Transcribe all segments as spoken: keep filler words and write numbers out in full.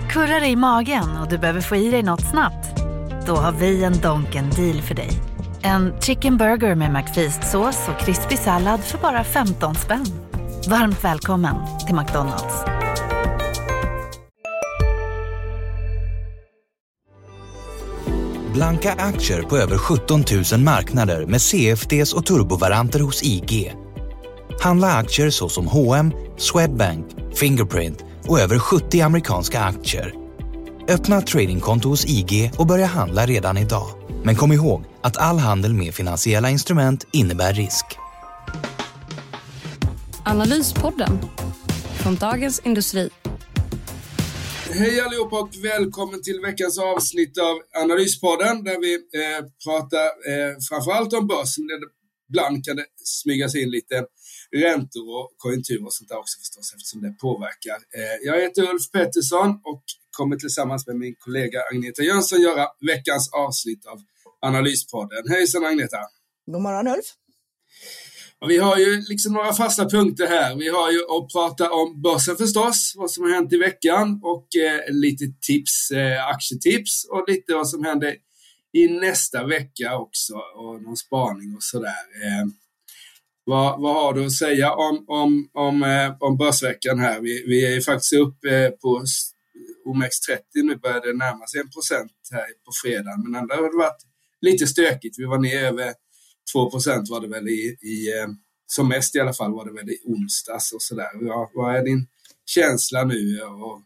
Kurrar i magen och du behöver få i dig något snabbt? Då har vi en Donken deal för dig. En chicken burger med McFeast-sås och krispig sallad för bara femton spänn. Varmt välkommen till McDonald's. Blanka aktier på över sjutton tusen marknader med C F Ds och turbovaranter hos I G. Handla aktier såsom H och M, Swedbank, Fingerprint och över sjuttio amerikanska aktier. Öppna tradingkonto hos I G och börja handla redan idag. Men kom ihåg att all handel med finansiella instrument innebär risk. Analyspodden från Dagens Industri. Hej allihopa och välkommen till veckans avsnitt av Analyspodden där vi eh, pratar eh, framförallt om börsen. Ibland kan det smygas in lite räntor och konjunktur och sånt där också förstås eftersom det påverkar. Eh, jag heter Ulf Pettersson och kommer tillsammans med min kollega Agneta Jönsson göra veckans avsnitt av Analyspodden. Hejsan Agneta! God morgon Ulf! Och vi har ju liksom några fasta punkter här. Vi har ju att prata om börsen förstås, vad som har hänt i veckan och eh, lite tips, eh, aktietips och lite vad som händer i nästa vecka också och någon spaning och sådär. Eh, vad, vad har du att säga om, om, om, eh, om börsveckan här? Vi, vi är ju faktiskt upp eh, på O M X trettio, nu börjar det närma sig en procent här på fredag, men ändå har det varit lite stökigt. Vi var ner över två procent var det väl i, i som mest i alla fall var det väl i onsdags och sådär. Ja, vad är din känsla nu och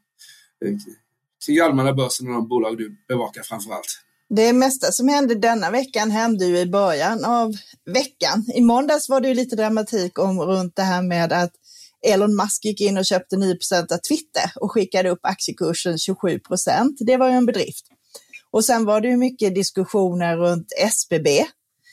till allmänna börsen och de bolag du bevakar framförallt? Det mesta som hände denna veckan hände ju i början av veckan. I måndags var det ju lite dramatik om runt det här med att Elon Musk gick in och köpte nio procent av Twitter och skickade upp aktiekursen tjugosju procent. Det var ju en bedrift. Och sen var det ju mycket diskussioner runt S B B.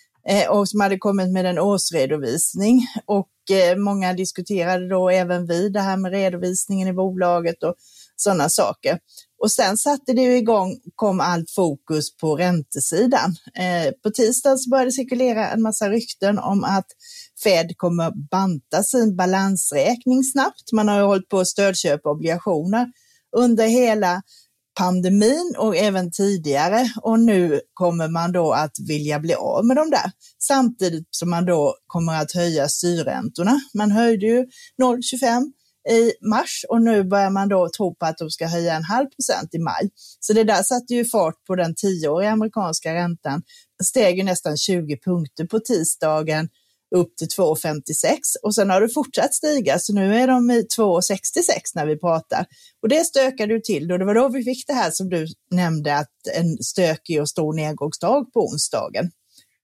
Och som hade kommit med en årsredovisning och eh, många diskuterade då även vi det här med redovisningen i bolaget och sådana saker. Och sen satte det ju igång, kom allt fokus på räntesidan. Eh, på tisdagen så började det cirkulera en massa rykten om att Fed kommer banta sin balansräkning snabbt. Man har ju hållit på att stödköpa obligationer under hela pandemin och även tidigare och nu kommer man då att vilja bli av med dem där samtidigt som man då kommer att höja styrräntorna. Man höjde ju noll komma tjugofem i mars och nu börjar man då tro på att de ska höja en halv procent i maj. Så det där satte ju fart på den tioåriga amerikanska räntan. Steg ju nästan tjugo punkter på tisdagen upp till två komma femtiosex och sen har det fortsatt stiga så nu är de i två komma sextiosex när vi pratar. Och det stökade ju till då. Det var då vi fick det här som du nämnde att en stökig och stor nedgångsdag på onsdagen.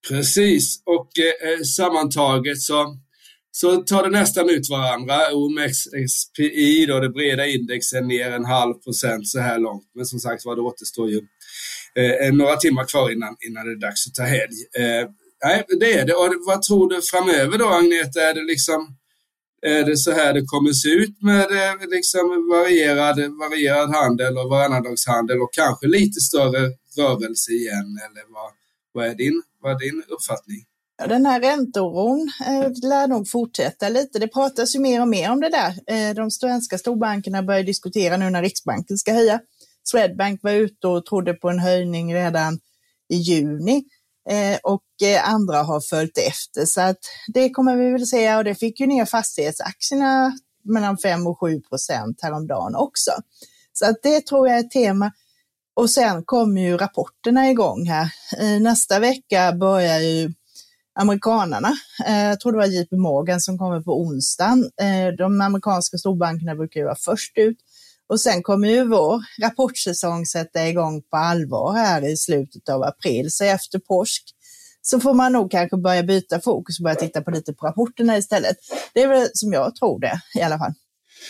Precis och eh, sammantaget så, så tar det nästan ut varandra. O M X S P I då det breda indexen ner en halv procent så här långt. Men som sagt vad det återstår ju eh, några timmar kvar innan, innan det är dags att ta helg. Eh, Nej, det är det. Och vad tror du framöver då, Agneta? Är det liksom är det så här det kommer se ut med liksom varierad, varierad handel och varannandagshandel och kanske lite större rörelse igen? Eller vad, vad, är, din, vad är din uppfattning? Ja, den här räntoron eh, lär nog fortsätta lite. Det pratas ju mer och mer om det där. Eh, de svenska storbankerna börjar diskutera nu när Riksbanken ska höja. Swedbank var ute och trodde på en höjning redan i juni. Eh, och eh, andra har följt efter så att det kommer vi väl säga och det fick ju ner fastighetsaktierna mellan fem och sju procent häromdagen också. Så att det tror jag är ett tema och sen kommer ju rapporterna igång här. Eh, nästa vecka börjar ju amerikanerna, eh, jag tror det var J P Morgan som kommer på onsdagen. Eh, de amerikanska storbankerna brukar ju vara först ut. Och sen kommer ju vår rapportsäsong sätta igång på allvar här i slutet av april. Så efter påsk så får man nog kanske börja byta fokus och börja titta på lite på rapporterna istället. Det är väl som jag tror det i alla fall.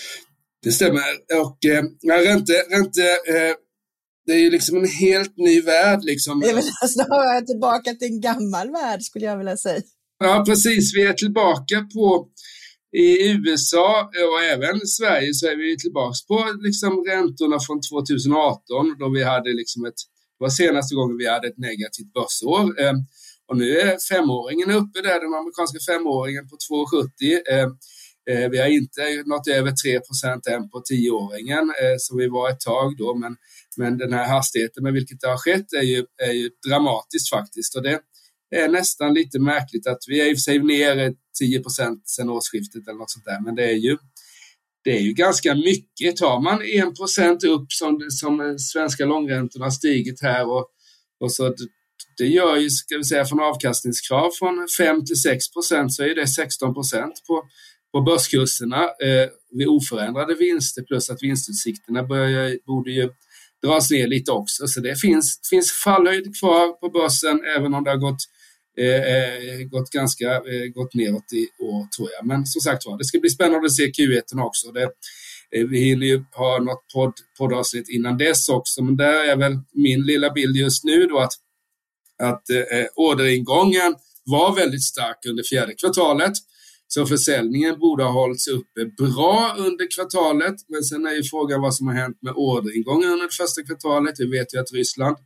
Det stämmer. Och äh, ränte, ränte, äh, det är ju liksom en helt ny värld. Liksom. Det är väl snarare tillbaka till en gammal värld skulle jag vilja säga. Ja, precis. Vi är tillbaka på i U S A och även i Sverige så är vi tillbaka på liksom räntorna från tjugoarton då vi hade liksom ett, det var senaste gången vi hade ett negativt börsår. Eh, och nu är femåringen uppe där, den amerikanska femåringen på två komma sjuttio. Eh, Eh, vi har inte nått över tre procent än på tioåringen eh, som vi var ett tag då, men, men den här hastigheten med vilket det har skett är ju, är ju dramatiskt faktiskt, och det är nästan lite märkligt att vi är i och för sig ner tio procent sedan årsskiftet eller något sånt där, men det är ju Det är ju ganska mycket. Tar man en procent upp som, som svenska långräntorna har stigit här och, och så det, det gör ju, ska vi säga, från avkastningskrav från fem till sex procent så är det sexton procent på, på börskurserna eh, vid oförändrade vinster, plus att vinstutsikterna börjar, borde ju dras ner lite också. Så det finns, finns fallhöjd kvar på börsen även om det har gått Eh, gått ganska eh, gått neråt i år, tror jag. Men som sagt var, det ska bli spännande att se Q ett också. Det, eh, vi hinner ju ha något podd, poddavsnitt innan dess också, men där är väl min lilla bild just nu då att, att eh, orderingången var väldigt stark under fjärde kvartalet, så försäljningen borde ha hållits uppe bra under kvartalet, men sen är ju frågan vad som har hänt med orderingången under första kvartalet. Vi vet ju att Ryssland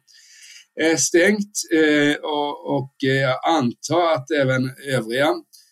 är stängt eh, och, och jag antar att även övriga,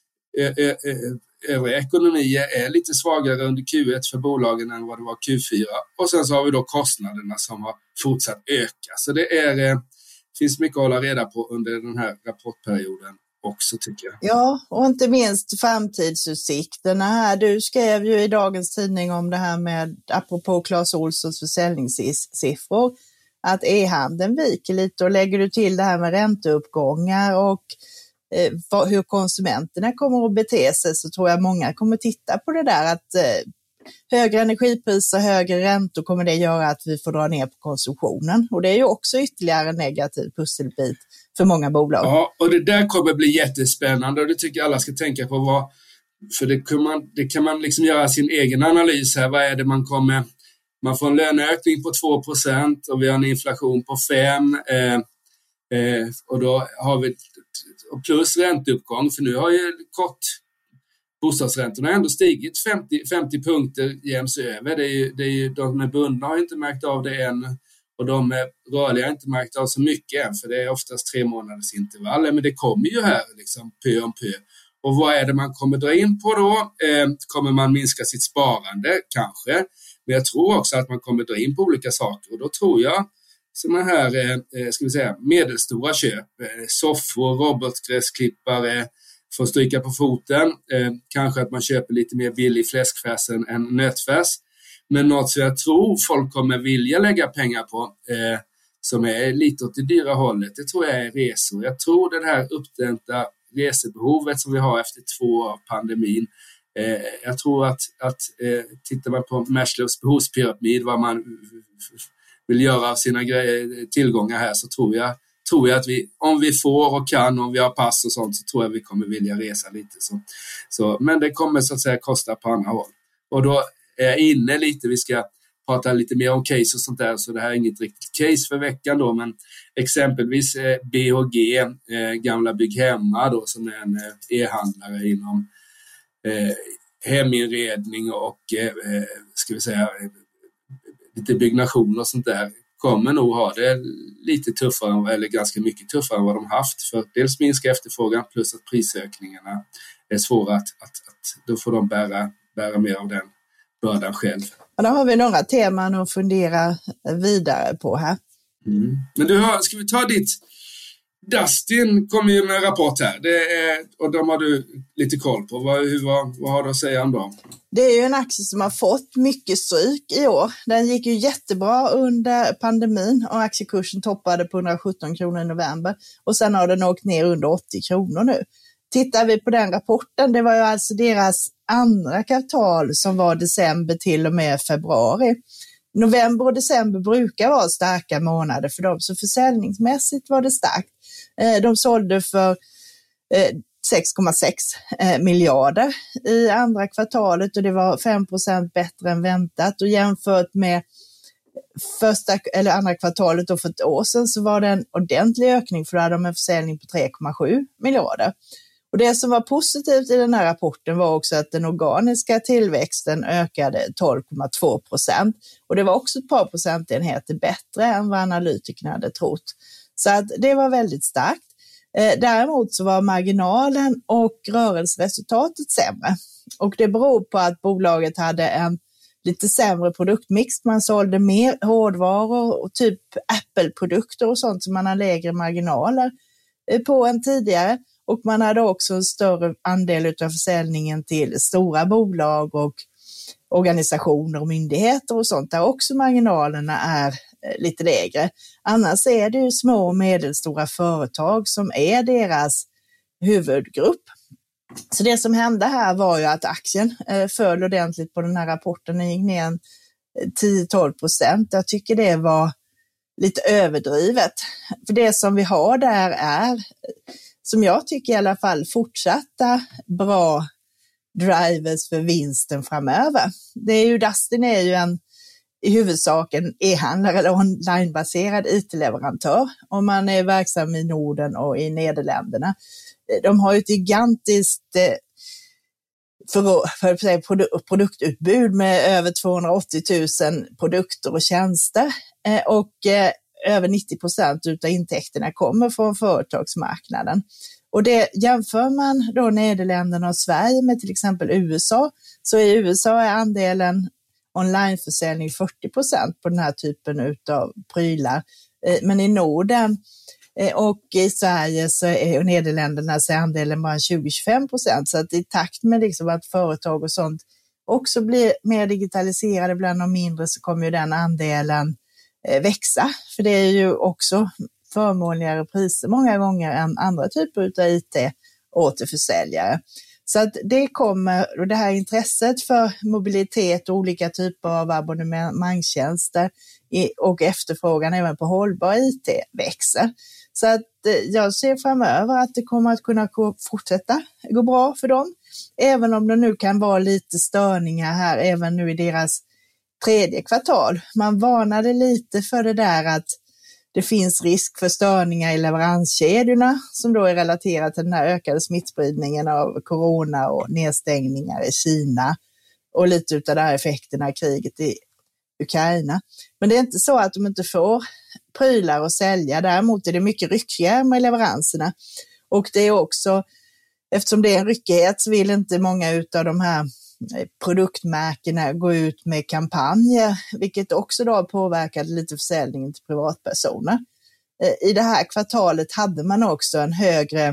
eh, eh, övriga ekonomier är lite svagare under Q ett för bolagen än vad det var Q fyra. Och sen så har vi då kostnaderna som har fortsatt öka. Så det är, eh, finns mycket att hålla reda på under den här rapportperioden också, tycker jag. Ja, och inte minst framtidsutsikterna här. Du skrev ju i dagens tidning om det här med, apropå Clas Ohlsons försäljningssiffror, att e-handeln viker lite, och lägger du till det här med ränteuppgångar och eh, vad, hur konsumenterna kommer att bete sig, så tror jag många kommer titta på det där att eh, högre energipriser, högre räntor kommer det göra att vi får dra ner på konsumtionen, och det är ju också ytterligare en negativ pusselbit för många bolag. Ja, och det där kommer bli jättespännande, och det tycker jag alla ska tänka på, vad, för det kan man, det kan man liksom göra sin egen analys här. Vad är det man kommer... Man får en löneökning på två procent och vi har en inflation på fem procent eh, eh, och då har vi plus ränteuppgång, för nu har ju kort bostadsräntorna ändå stigit femtio, femtio punkter jäms över. Det är ju, det är ju, de med bundna har inte märkt av det än, och de med rörliga har inte märkt av så mycket än, för det är oftast tre månaders intervaller, men det kommer ju här liksom pö om pö. Och vad är det man kommer dra in på då? Eh, kommer man minska sitt sparande? Kanske. Men jag tror också att man kommer dra in på olika saker, och då tror jag sådana här eh, ska vi säga, medelstora köp, eh, soffor, robotgräsklippare, får stryka på foten. Eh, kanske att man köper lite mer billig fläskfärs än, än nötfärs. Men något som jag tror folk kommer vilja lägga pengar på, eh, som är lite åt det dyra hållet, det tror jag är resor. Jag tror det här uppdämta resebehovet som vi har efter två år av pandemin, Eh, jag tror att, att eh, tittar man på Maslows behovspyramid, vad man vill göra av sina gre- tillgångar här, så tror jag, tror jag att vi, om vi får och kan, om vi har pass och sånt, så tror jag vi kommer vilja resa lite. Så, så, men det kommer så att säga kosta på andra håll. Och då är jag inne lite, vi ska prata lite mer om case och sånt där, så det här är inget riktigt case för veckan då, men exempelvis eh, B H G, eh, gamla Bygghemma då, som är en eh, e-handlare inom Eh, heminredning och eh, ska vi säga lite byggnation och sånt där, kommer nog ha det lite tuffare, eller ganska mycket tuffare än vad de haft, för dels minska efterfrågan plus att prisökningarna är svåra att, att, att då får de bära, bära mer av den bördan själv. Och då har vi några teman att fundera vidare på här. Mm. Men du har, ska vi ta ditt Dustin kommer ju med en rapport här, det är, och de har du lite koll på. Vad, hur, vad, vad har du att säga om dem? Det är ju en aktie som har fått mycket stryk i år. Den gick ju jättebra under pandemin och aktiekursen toppade på hundrasjutton kronor i november. Och sen har den åkt ner under åttio kronor nu. Tittar vi på den rapporten, det var ju alltså deras andra kvartal som var december till och med februari. November och december brukar vara starka månader för dem, så försäljningsmässigt var det starkt. De sålde för sex komma sex miljarder i andra kvartalet, och det var fem procent bättre än väntat, och jämfört med första eller andra kvartalet då för ett år sedan så var det en ordentlig ökning, för då hade de en försäljning på tre komma sju miljarder. Och det som var positivt i den här rapporten var också att den organiska tillväxten ökade tolv komma två procent, och det var också ett par procentenheter bättre än vad analytikerna hade trott. Så att det var väldigt starkt. Eh, däremot så var marginalen och rörelseresultatet sämre. Och det beror på att bolaget hade en lite sämre produktmix. Man sålde mer hårdvaror och typ Apple-produkter och sånt som man har lägre marginaler på än tidigare. Och man hade också en större andel av försäljningen till stora bolag och organisationer och myndigheter och sånt där också marginalerna är lite lägre. Annars är det ju små och medelstora företag som är deras huvudgrupp. Så det som hände här var ju att aktien föll ordentligt på den här rapporten. Den gick ner tio till tolv procent. Jag tycker det var lite överdrivet. För det som vi har där är, som jag tycker i alla fall, fortsatta bra drivers för vinsten framöver. Det är ju, Dustin är ju en i huvudsak en e-handlare eller onlinebaserad I T-leverantör om man är verksam i Norden och i Nederländerna. De har ju ett gigantiskt för, för att säga, produktutbud med över tvåhundraåttio tusen produkter och tjänster och över nittio procent av intäkterna kommer från företagsmarknaden. Och det av man då Nederländerna och Sverige med till exempel U S A, så i U S A är andelen onlineförsäljning fyrtio procent på den här typen av prylar. Men i Norden och i Sverige så är, och Nederländerna så är andelen bara tjugo till tjugofem procent. Så att i takt med liksom att företag och sånt också blir mer digitaliserade bland de mindre så kommer ju den andelen växa. För det är ju också förmånligare priser många gånger än andra typer av I T-återförsäljare. Så att det kommer, och det här intresset för mobilitet och olika typer av abonnemangstjänster och efterfrågan även på hållbar I T växer. Så att jag ser framöver att det kommer att kunna fortsätta gå bra för dem. Även om det nu kan vara lite störningar här, även nu i deras tredje kvartal. Man varnade lite för det där att det finns risk för störningar i leveranskedjorna som då är relaterat till den här ökade smittspridningen av corona och nedstängningar i Kina och lite utav de här effekterna av kriget i Ukraina. Men det är inte så att de inte får prylar att sälja. Däremot är det mycket ryckigare med leveranserna. Och det är också, eftersom det är en ryckighet så vill inte många utav de här produktmärkena gå ut med kampanjer, vilket också då påverkade lite försäljningen till privatpersoner. I det här kvartalet hade man också en högre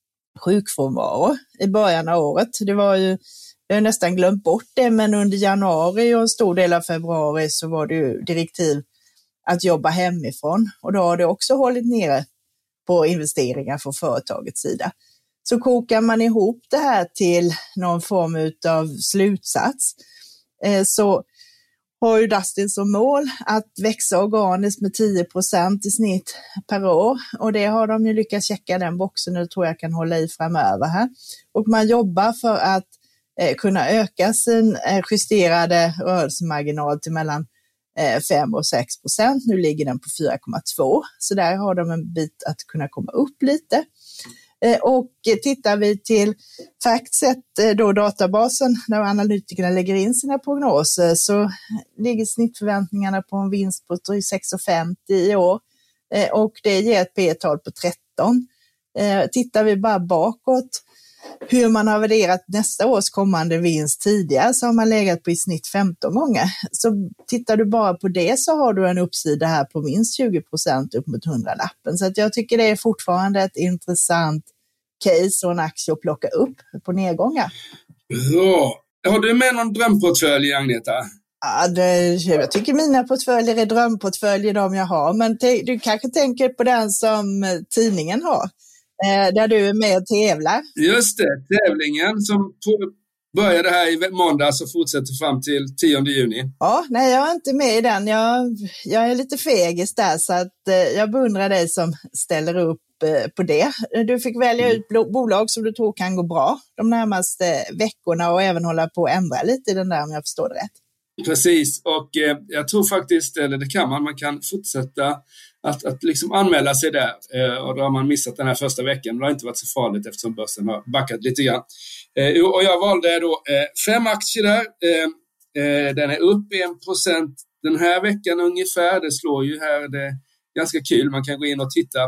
sjukfrånvaro i början av året. Det var ju, jag har nästan glömt bort det, men under januari och en stor del av februari så var det ju direktiv att jobba hemifrån och då har det också hållit nere på investeringar från företagets sida. Så kokar man ihop det här till någon form av slutsats eh, så har ju Dustin som mål att växa organiskt med tio procent i snitt per år. Och det har de ju lyckats checka den boxen och det tror jag kan hålla i framöver här. Och man jobbar för att eh, kunna öka sin eh, justerade rörelsemarginal till mellan eh, fem och sex procent. Nu ligger den på fyra komma två. Så där har de en bit att kunna komma upp lite. Och tittar vi till FactSet, då databasen där analytikerna lägger in sina prognoser, så ligger snittförväntningarna på en vinst på sex komma femtio i år och det ger ett P-tal på tretton. Tittar vi bara bakåt hur man har värderat nästa års kommande vinst tidigare så har man legat på i snitt femton gånger. Så tittar du bara på det så har du en uppsida här på minst tjugo procent upp mot hundra-lappen. Så att jag tycker det är fortfarande ett intressant case och en aktie att plocka upp på nedgångar. Bra. Har du med någon drömportfölj, Agneta? Ja, det, jag tycker mina portföljer är drömportföljer de jag har. Men te, du kanske tänker på den som tidningen har. Där du är med och tävlar. Just det, tävlingen som började här i måndags och fortsätter fram till tionde juni. Ja, nej jag är inte med i den. Jag, jag är lite fegis där så att jag beundrar dig som ställer upp på det. Du fick välja ut bolag som du tror kan gå bra de närmaste veckorna och även hålla på att ändra lite i den där om jag förstår det rätt. Precis, och eh, jag tror faktiskt, eller det kan man, man kan fortsätta att, att liksom anmäla sig där eh, och då har man missat den här första veckan. Det har inte varit så farligt eftersom börsen har backat lite grann. Eh, och jag valde då eh, fem aktier där. Eh, eh, den är upp en procent den här veckan ungefär. Det slår ju här, det är ganska kul. Man kan gå in och titta,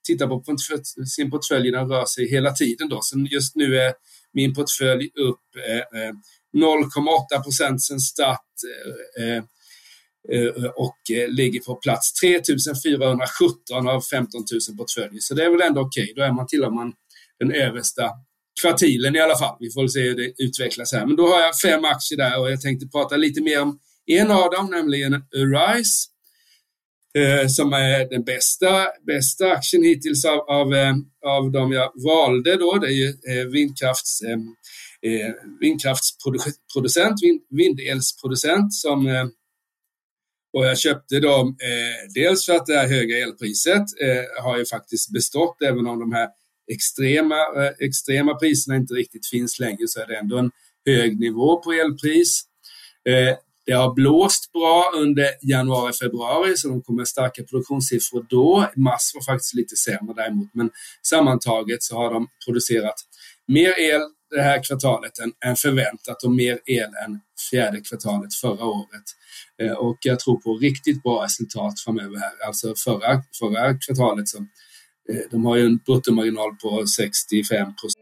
tittar på sin portfölj, den rör sig hela tiden då. Så just nu är min portfölj upp eh, noll komma åtta procent sen start eh, eh, och eh, ligger på plats tre tusen fyrahundrasjutton av femton tusen portföljer. Så det är väl ändå okej. Okay. Då är man till och med den översta kvartilen i alla fall. Vi får se hur det utvecklas här. Men då har jag fem aktier där och jag tänkte prata lite mer om en av dem, nämligen Arise. Eh, som är den bästa, bästa aktien hittills av, av, eh, av de jag valde då. Det är ju eh, vindkrafts, eh, eh, vindkraftsproducent, vind, vindelsproducent som eh, och jag köpte dem eh, dels för att det här höga elpriset eh, har ju faktiskt bestått, även om de här extrema, eh, extrema priserna inte riktigt finns längre, så är det ändå en hög nivå på elpris. Eh, Det har blåst bra under januari, februari, så de kommer starka produktionssiffror då. Mars var faktiskt lite sämre däremot, men sammantaget så har de producerat mer el det här kvartalet än, än förväntat och mer el än fjärde kvartalet förra året. Eh, och jag tror på riktigt bra resultat framöver här. Alltså förra, förra kvartalet så eh, de har ju en bruttomarginal på sextiofem procent.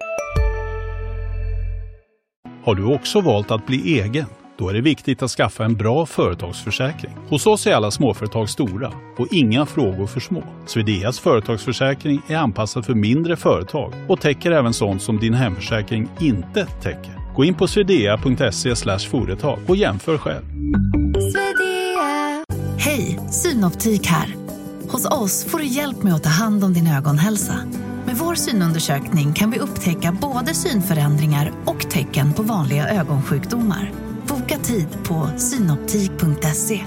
Har du också valt att bli egen? Då är det viktigt att skaffa en bra företagsförsäkring. Hos oss är alla småföretag stora och inga frågor för små. Swedeas företagsförsäkring är anpassad för mindre företag och täcker även sånt som din hemförsäkring inte täcker. Gå in på swedea punkt se slash företag och jämför själv. Hej, Synoptik här. Hos oss får du hjälp med att ta hand om din ögonhälsa. Med vår synundersökning kan vi upptäcka både synförändringar och tecken på vanliga ögonsjukdomar. Boka tid på synoptik punkt se.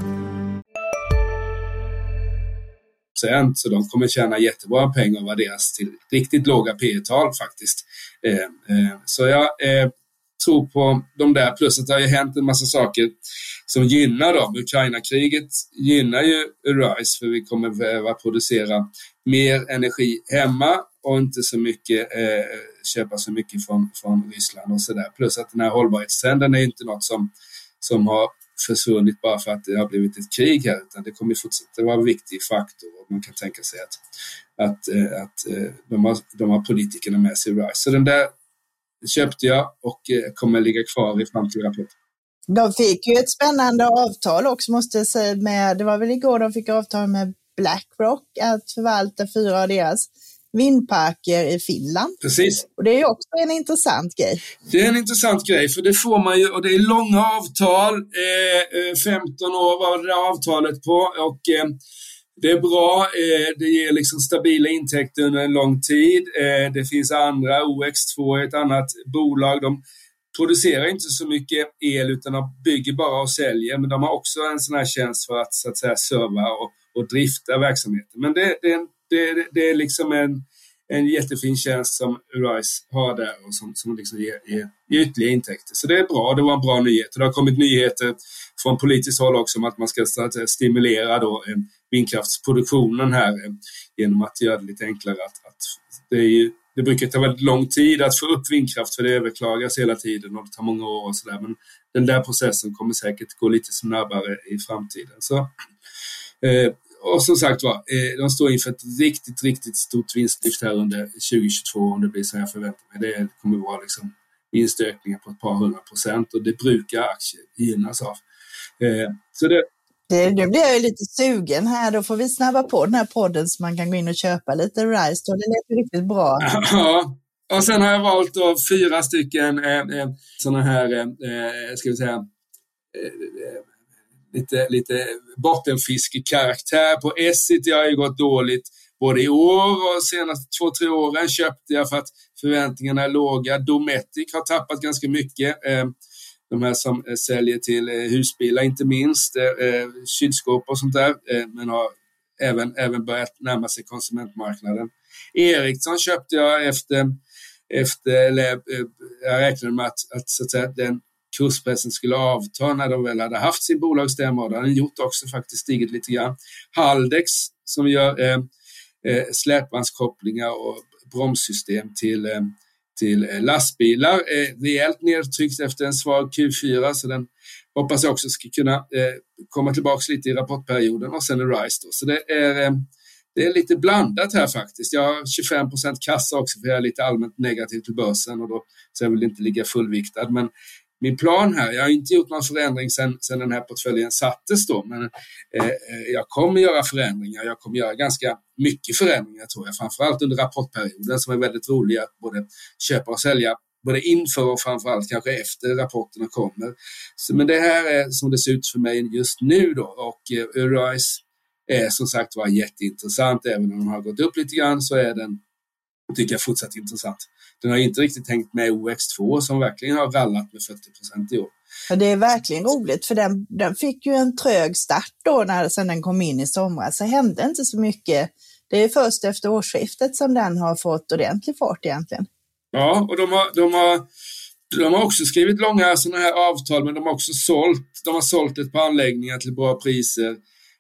Så de kommer tjäna jättebra pengar och värderas till riktigt låga P E-tal faktiskt. Eh, eh, så jag eh, tror på de där, plus att det har ju hänt en massa saker som gynnar dem. Ukraina-kriget gynnar ju Arise, för vi kommer behöva producera mer energi hemma och inte så mycket eh, köpa så mycket från, från Ryssland och sådär. Plus att den här hållbarhetstrenden är inte något som, som har försvunnit bara för att det har blivit ett krig här, utan det kommer fortsätta vara en viktig faktor, och man kan tänka sig att, att, att, att de, har, de har politikerna med sig i Rise. Så den där köpte jag och kommer ligga kvar i framtida rapport. De fick ju ett spännande avtal också, måste jag säga, med, det var väl igår de fick avtal med BlackRock att förvalta fyra av deras vindparker i Finland. Precis. Och det är ju också en intressant grej. Det är en intressant grej, för det får man ju, och det är långa avtal, eh, femton år var det avtalet på, och eh, det är bra, eh, det ger liksom stabila intäkter under en lång tid. Eh, det finns andra, O X två är ett annat bolag, de producerar inte så mycket el utan de bygger bara och säljer, men de har också en sån här tjänst för att, så att säga, serva och, och drifta verksamheten. Men det, det, det, det är liksom en, en jättefin tjänst som Arise har där och som, som liksom ger, ger, ger ytterligare intäkter. Så det är bra, det var en bra nyhet. Och det har kommit nyheter från politiskt håll också om att man ska så att säga, stimulera då, eh, vindkraftsproduktionen här eh, genom att göra det lite enklare. Att, att det, är ju, det brukar ta väldigt lång tid att få upp vindkraft, för det överklagas hela tiden och det tar många år och sådär. Men den där processen kommer säkert gå lite snabbare i framtiden. Så, eh, och som sagt var, eh, de står inför ett riktigt, riktigt stort vinstlyft här under tjugohundratjugotvå, om det blir så jag förväntar mig. Det kommer vara liksom vinstökningar på ett par hundra procent, och det brukar aktier gynnas av. Eh, så det Det, nu blir jag ju lite sugen här. Då får vi snabba på den här podden så man kan gå in och köpa lite Rise. Det lät ju riktigt bra. Ja, och sen har jag valt då fyra stycken eh, eh, sådana här, eh, ska vi säga, eh, lite, lite bottenfiskekaraktär på Essit. Jag har ju gått dåligt både i år och senaste två, tre åren köpte jag för att förväntningarna är låga. Dometic har tappat ganska mycket. Eh, De här som eh, säljer till eh, husbilar inte minst, eh, kylskåp och sånt där, eh, men har även, även börjat närma sig konsumentmarknaden. Ericsson köpte jag efter, efter eller, eh, jag räknade med att, att, så att säga, den kurspressen skulle avta när de väl hade haft sin bolagsstämma, och det har den gjort också, faktiskt stigit lite grann. Haldex som gör eh, eh, släpvagnskopplingar och bromssystem till eh, till lastbilar, eh, rejält nedtryckt efter en svag Q fyra, så den hoppas jag också ska kunna eh, komma tillbaka lite i rapportperioden, och sen är Rise då. Så det är, eh, det är lite blandat här faktiskt. Jag har tjugofem procent kassa också för jag är lite allmänt negativ till börsen och då så jag vill inte ligga fullviktad. Men min plan här, jag har inte gjort någon förändring sedan, sedan den här portföljen sattes då, men eh, jag kommer göra förändringar. Jag kommer göra ganska mycket förändringar tror jag, framförallt under rapportperioden som är väldigt roliga att både köpa och sälja, både inför och framförallt kanske efter rapporterna kommer. Så, men det här är som det ser ut för mig just nu då, och eh, Eurowise är som sagt var jätteintressant. Även om den har gått upp lite grann så är den, tycker jag, fortsatt intressant. Den har inte riktigt tänkt med O X två som verkligen har rallat med fyrtio procent i år. Ja, det är verkligen roligt för den, den fick ju en trög start då när sen den kom in i somras. Så hände inte så mycket. Det är först efter årsskiftet som den har fått ordentlig fart egentligen. Ja, och de har, de har, de har också skrivit långa sådana här avtal, men de har också sålt, de har sålt ett par anläggningar till bra priser.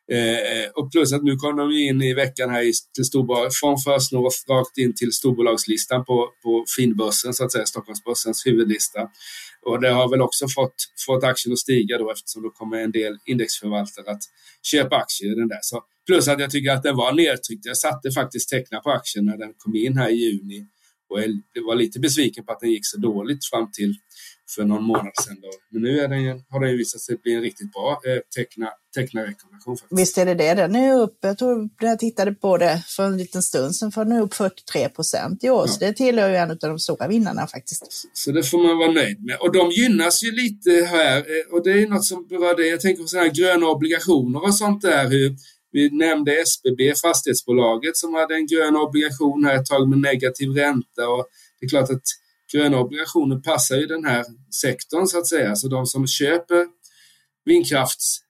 Eh, och plus att nu kom de in i veckan här till storbolag, från First North rakt in till storbolagslistan på, på Finbörsen så att säga, Stockholmsbörsens huvudlista. Och det har väl också fått, fått aktien att stiga då, eftersom då kommer en del indexförvaltare att köpa aktier i den där. Så, plus att jag tycker att den var nedtryckt. Jag satte faktiskt teckna på aktien när den kom in här i juni och jag var lite besviken på att den gick så dåligt fram till för någon månad sedan då. Men nu är den, har den visat sig bli en riktigt bra eh, teckna, teckna rekommendation faktiskt. Visst är det det. Den är upp, jag tror jag tittade på det för en liten stund sedan, för den är upp fyrtiotre procent i år. Ja. Så det tillhör ju en av de stora vinnarna faktiskt. Så, så det får man vara nöjd med. Och de gynnas ju lite här, och det är något som berör det. Jag tänker på sådana här gröna obligationer och sånt där. Hur vi nämnde S B B, fastighetsbolaget, som hade en grön obligation här ett tag med negativ ränta, och det är klart att gröna obligationer passar ju den här sektorn så att säga. Så de som köper vindkrafts,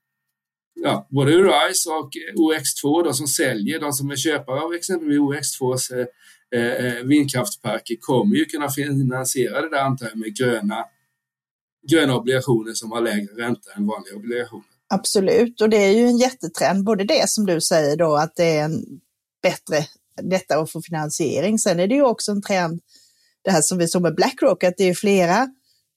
ja, både Eurowise och O X två då, som säljer, de som är köpare av exempelvis O X tvås eh, vindkraftsparker kommer ju kunna finansiera det där antagligen med gröna, gröna obligationer som har lägre ränta än vanliga obligationer. Absolut, och det är ju en jättetrend, både det som du säger då att det är en bättre, detta att få finansiering. Sen är det ju också en trend, det här som vi såg med BlackRock, att det är flera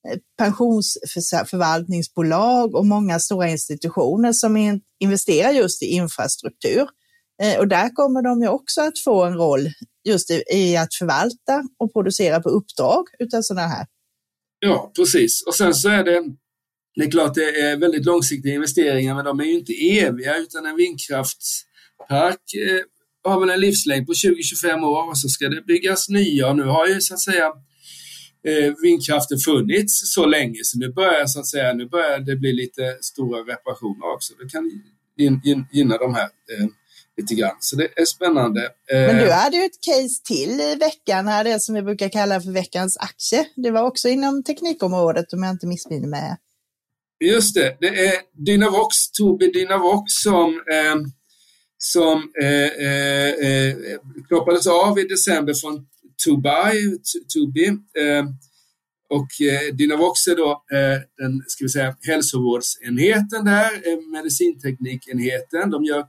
pensionsförvaltningsbolag och många stora institutioner som investerar just i infrastruktur. Och där kommer de ju också att få en roll just i att förvalta och producera på uppdrag utav sådana här. Ja, precis. Och sen så är det, det är klart det är väldigt långsiktiga investeringar, men de är ju inte eviga, utan en vindkraftspark har väl en livslängd på tjugo till tjugofem år och så ska det byggas nya. Och nu har ju så att säga eh, vindkraften funnits så länge, så nu börjar så att säga nu börjar det bli lite stora reparationer också. Det kan gynna de här eh, lite grann. Så det är spännande. Eh, Men du hade ju ett case till i veckan här, det som vi brukar kalla för veckans aktie. Det var också inom teknikområdet om jag inte missminner mig. Just det, det är Dynavox, Tobii Dynavox som eh, som eh, eh, knoppades av i december från Tobii, Tobii eh, och eh, Dynavox är då eh, den, ska vi säga, hälsovårdsenheten där, eh, medicinteknikenheten. De gör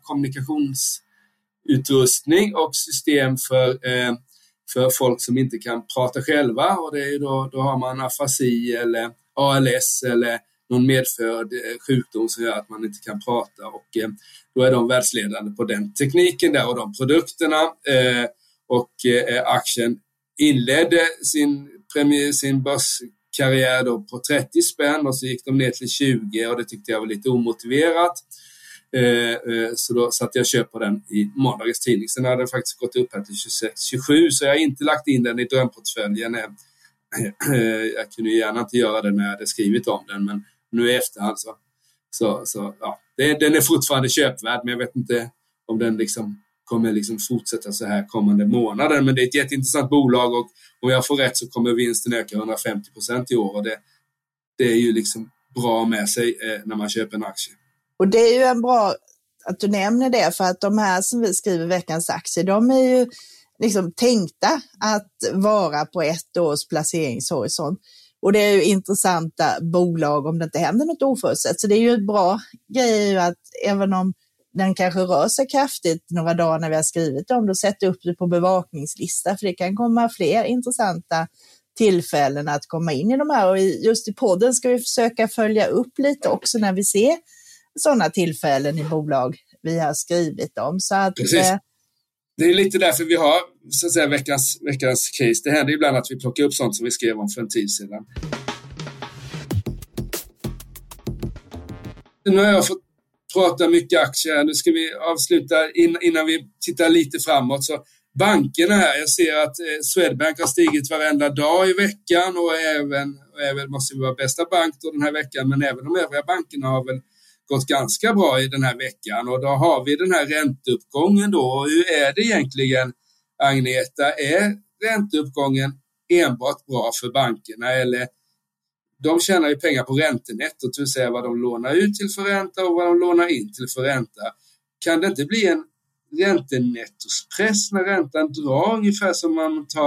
kommunikationsutrustning och system för, eh, för folk som inte kan prata själva, och det är då, då har man afasi eller A L S eller någon medfödd sjukdom som gör att man inte kan prata, och eh, då är de världsledande på den tekniken där och de produkterna. Eh, och eh, aktien inledde sin, premiär, sin börskarriär då på trettio spänn och så gick de ner till tjugo, och det tyckte jag var lite omotiverat. Eh, eh, så då satt jag och köpte den i måndagens tidning. Sen hade den faktiskt gått upp här till tjugosex tjugosju, så jag har inte lagt in den i drömportföljen. Eh, jag kunde gärna inte göra det när jag hade skrivit om den, men nu i efterhand så, så, så ja, det, den är fortfarande köpvärd, men jag vet inte om den liksom kommer liksom fortsätta så här kommande månader. Men det är ett jätteintressant bolag, och om jag får rätt så kommer vinsten öka hundrafemtio procent i år, och det, det är ju liksom bra med sig eh, när man köper en aktie. Och det är ju en bra att du nämner det, för att de här som vi skriver veckans aktier, de är ju liksom tänkta att vara på ett års placeringshorisont. Och det är ju intressanta bolag om det inte händer något oförutsett. Så det är ju ett bra grej att även om den kanske rör sig kraftigt några dagar när vi har skrivit om, då sätter upp det på bevakningslista. För det kan komma fler intressanta tillfällen att komma in i de här. Och just i podden ska vi försöka följa upp lite också när vi ser sådana tillfällen i bolag vi har skrivit om. Så att, eh, Det är lite därför vi har så att säga, veckans, veckans case. Det händer ibland att vi plockar upp sånt som vi skrev om för en tid sedan. Nu har jag fått prata mycket aktier. Nu ska vi avsluta in, innan vi tittar lite framåt. Så bankerna här, jag ser att eh, Swedbank har stigit varenda dag i veckan och även, och även måste vi vara bästa bank då den här veckan, men även de övriga bankerna har väl gått ganska bra i den här veckan, och då har vi den här ränteuppgången då. Och hur är det egentligen, Agneta? Är ränteuppgången enbart bra för bankerna, eller de tjänar ju pengar på räntenettot, det vill säga vad de lånar ut till för ränta och vad de lånar in till för ränta. Kan det inte bli en räntenettospress när räntan drar, ungefär som man tar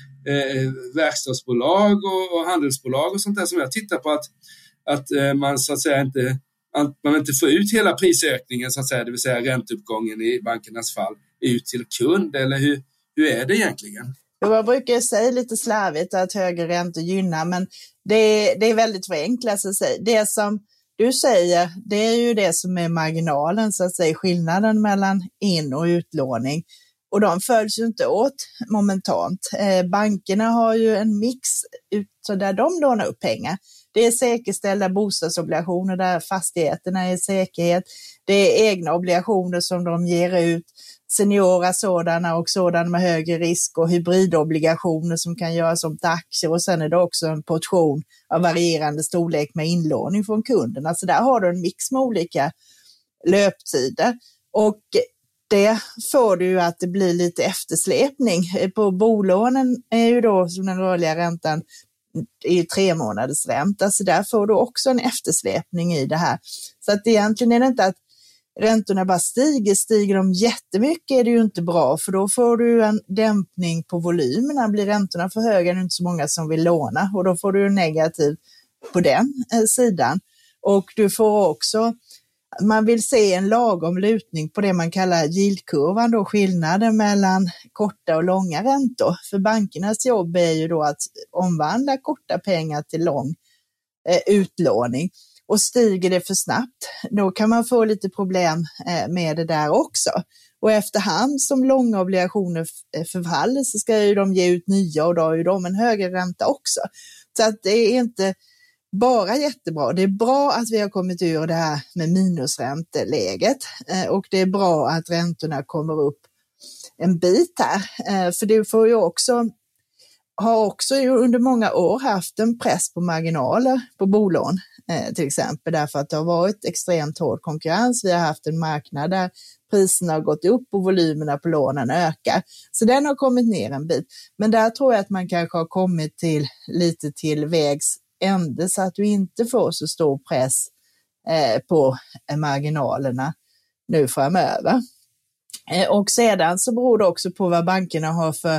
eh, verkstadsbolag och, och handelsbolag och sånt där, som jag tittar på, att, att eh, man så att säga inte, att man inte får ut hela prisökningen, så att säga, det vill säga ränteuppgången i bankernas fall, ut till kund, eller hur, hur är det egentligen? Jag brukar säga lite slarvigt att högre räntor gynnar, men det, det är väldigt förenklat att säga. Det som du säger, det är ju det som är marginalen, så att säga, skillnaden mellan in- och utlåning. Och de följs ju inte åt momentant. Eh, bankerna har ju en mix ut, så där de lånar upp pengar. Det är säkerställda bostadsobligationer där fastigheterna är säkerhet. Det är egna obligationer som de ger ut, seniora sådana och sådana med högre risk, och hybridobligationer som kan göras om till aktier, och sen är det också en portion av varierande storlek med inlåning från kunderna. Så där har du en mix med olika löptider, och det får du ju att det blir lite eftersläpning. På bolånen är ju då som den rörliga räntan är ju tre månaders ränta, så där får du också en eftersläpning i det här. Så att egentligen är det inte att räntorna bara stiger, stiger de jättemycket är det ju inte bra, för då får du en dämpning på volymerna. Blir räntorna för höga är det inte så många som vill låna, och då får du en negativ på den eh, sidan. Och du får också, man vill se en lagom lutning på det man kallar yieldkurvan, då skillnaden mellan korta och långa räntor. För bankernas jobb är ju då att omvandla korta pengar till lång eh, utlåning. Och stiger det för snabbt, då kan man få lite problem med det där också. Och efterhand som långa obligationer förfaller så ska ju de ge ut nya, och då har ju de en högre ränta också. Så att det är inte bara jättebra. Det är bra att vi har kommit ur det här med minusränteläget, och det är bra att räntorna kommer upp en bit här. För det får ju också, har också under många år haft en press på marginaler på bolån. Eh, till exempel därför att det har varit extremt hård konkurrens. Vi har haft en marknad där priserna har gått upp och volymerna på lånen ökar. Så den har kommit ner en bit. Men där tror jag att man kanske har kommit till lite till vägs ände, så att du inte får så stor press eh, på eh, marginalerna nu framöver. Eh, och sedan så beror det också på vad bankerna har för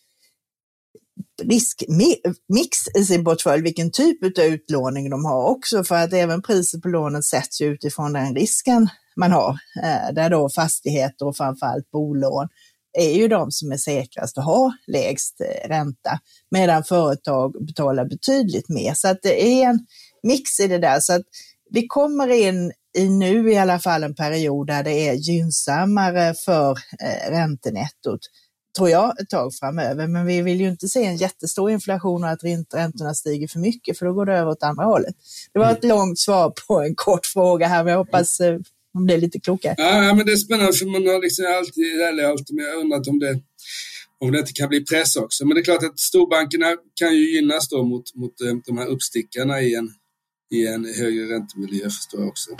riskmix i sin portfölj, vilken typ av utlåning de har också, för att även priset på lånet sätts utifrån den risken man har, där då fastigheter och framförallt bolån är ju de som är säkrast att ha lägst ränta, medan företag betalar betydligt mer. Så att det är en mix i det där, så att vi kommer in i nu i alla fall en period där det är gynnsammare för räntenettot, tror jag, ett tag framöver. Men vi vill ju inte se en jättestor inflation och att räntorna stiger för mycket, för då går det över åt andra hållet. Det var ett långt svar på en kort fråga här, men jag hoppas eh, om det är lite klokare. Ja, men det är spännande, för man har liksom alltid, eller alltid, men jag undrat om det, om det inte kan bli press också. Men det är klart att storbankerna kan ju gynnas då mot, mot de här uppstickarna i en, i en högre räntemiljö, förstår jag också.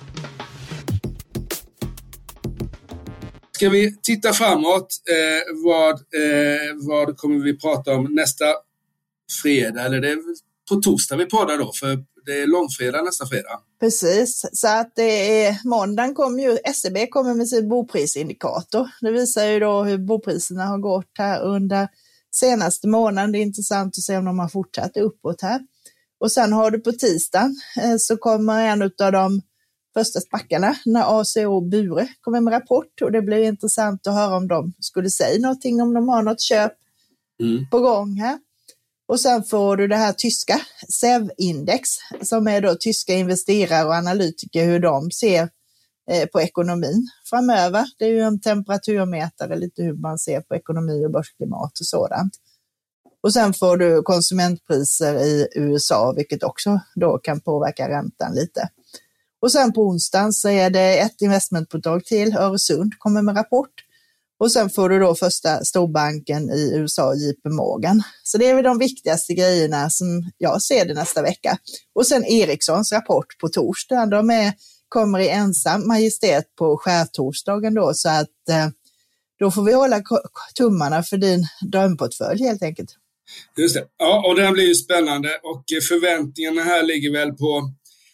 Ska vi titta framåt, eh, vad, eh, vad kommer vi prata om nästa fredag? Eller det är på torsdag vi poddar då, för det är långfredag nästa fredag. Precis, så att det är måndagen kommer ju, S E B kommer med sin boprisindikator. Det visar ju då hur bopriserna har gått här under senaste månaden. Det är intressant att se om de har fortsatt uppåt här. Och sen har du på tisdagen eh, så kommer en av de första spackarna när A C O Bure kommer med rapport, och det blir intressant att höra om de skulle säga någonting, om de har något köp mm. på gång här. Och sen får du det här tyska S E V-index som är då tyska investerare och analytiker, hur de ser eh, på ekonomin framöver. Det är ju en temperaturmätare, lite hur man ser på ekonomi och börsklimat och sådant. Och sen får du konsumentpriser i U S A, vilket också då kan påverka räntan lite. Och sen på onsdagen så är det ett investmentbolag till, Öresund, kommer med rapport. Och sen får du då första storbanken i U S A, J P Morgan. Så det är väl de viktigaste grejerna som jag ser det nästa vecka. Och sen Ericssons rapport på torsdag. De är, kommer i ensam majestät på skärtorsdagen då, så att eh, då får vi hålla tummarna för din drömportfölj helt enkelt. Just det. Ja, och den blir ju spännande och förväntningarna här ligger väl på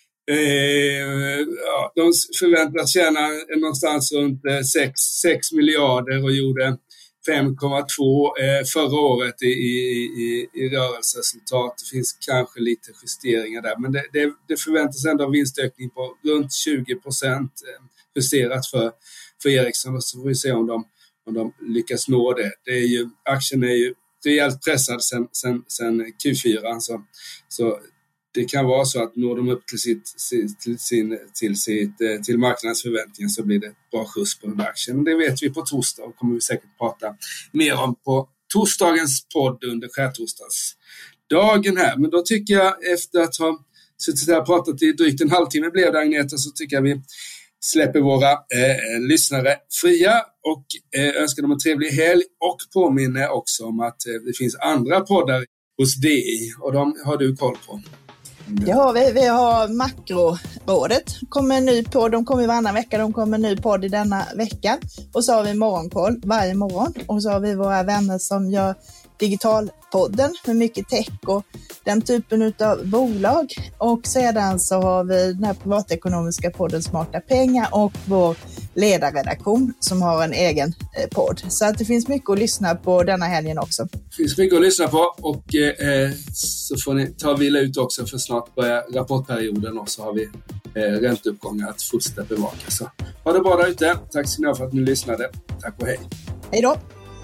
eh, ja, de förväntas tjäna någonstans runt sex miljarder och gjorde fem komma två eh, förra året i, i, i rörelseresultat. Det finns kanske lite justeringar där, men det, det, det förväntas ändå en vinstökning på runt tjugo procent justerat för, för Ericsson, och så får vi se om de, om de lyckas nå det. Det är ju, aktien är ju rejält pressad sen, sen, sen Q fyra, så, så det kan vara så att når de upp till, sitt, till, sin, till, sitt, till marknadens förväntningar så blir det bra skjuts på den här aktien. Det vet vi på torsdag och kommer vi säkert prata mer om på torsdagens podd under skärtorsdagsdagen här. Men då tycker jag, efter att ha suttit där och pratat i drygt en halvtimme blev det, Agneta, så tycker jag vi släpper våra eh, lyssnare fria och eh, önskar dem en trevlig helg och påminner också om att eh, det finns andra poddar hos D I och de har du koll på. Det har vi. Vi har Makrorådet, kommer en ny podd. De kommer varannan vecka, de kommer en ny podd i denna vecka. Och så har vi Morgonkoll varje morgon. Och så har vi våra vänner som gör Digitalpodden med mycket tech och den typen av bolag. Och sedan så har vi den här privatekonomiska podden Smarta pengar och vår ledarredaktion som har en egen podd. Så att det finns mycket att lyssna på denna helgen också. Det finns mycket att lyssna på och eh, så får ni ta vila ut också, för snart börjar rapportperioden och så har vi eh, ränteuppgångar att fortsätta bevaka. Så ha det bra där ute. Tack så mycket för att ni lyssnade. Tack och hej. Hej då.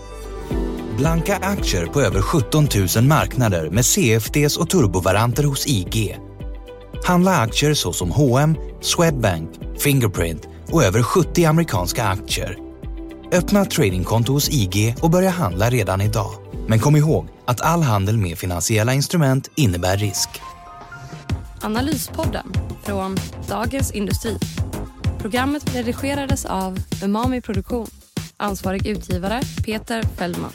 Blanka aktier på över sjutton tusen marknader med C F Ds och turbovaranter hos I G. Handla aktier såsom H och M, Swedbank, Fingerprint och över sjuttio amerikanska aktier. Öppna tradingkonto hos I G och börja handla redan idag. Men kom ihåg att all handel med finansiella instrument innebär risk. Analyspodden från Dagens Industri. Programmet redigerades av Umami Produktion. Ansvarig utgivare Peter Fällman.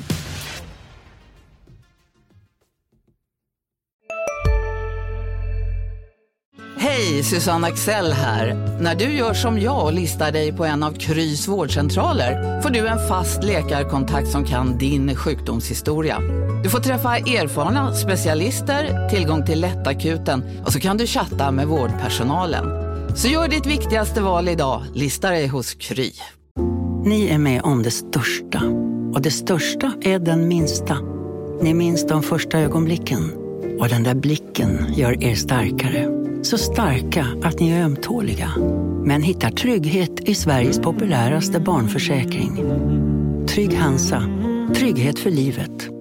Hej, Susanne Axel här. När du gör som jag och listar dig på en av Krys vårdcentraler får du en fast läkarkontakt som kan din sjukdomshistoria. Du får träffa erfarna specialister, tillgång till lättakuten och så kan du chatta med vårdpersonalen. Så gör ditt viktigaste val idag, lista dig hos Kry. Ni är med om det största. Och det största är den minsta. Ni minns de första ögonblicken. Och den där blicken gör er starkare. Så starka att ni är ömtåliga. Men hittar trygghet i Sveriges populäraste barnförsäkring. Trygg Hansa. Trygghet för livet.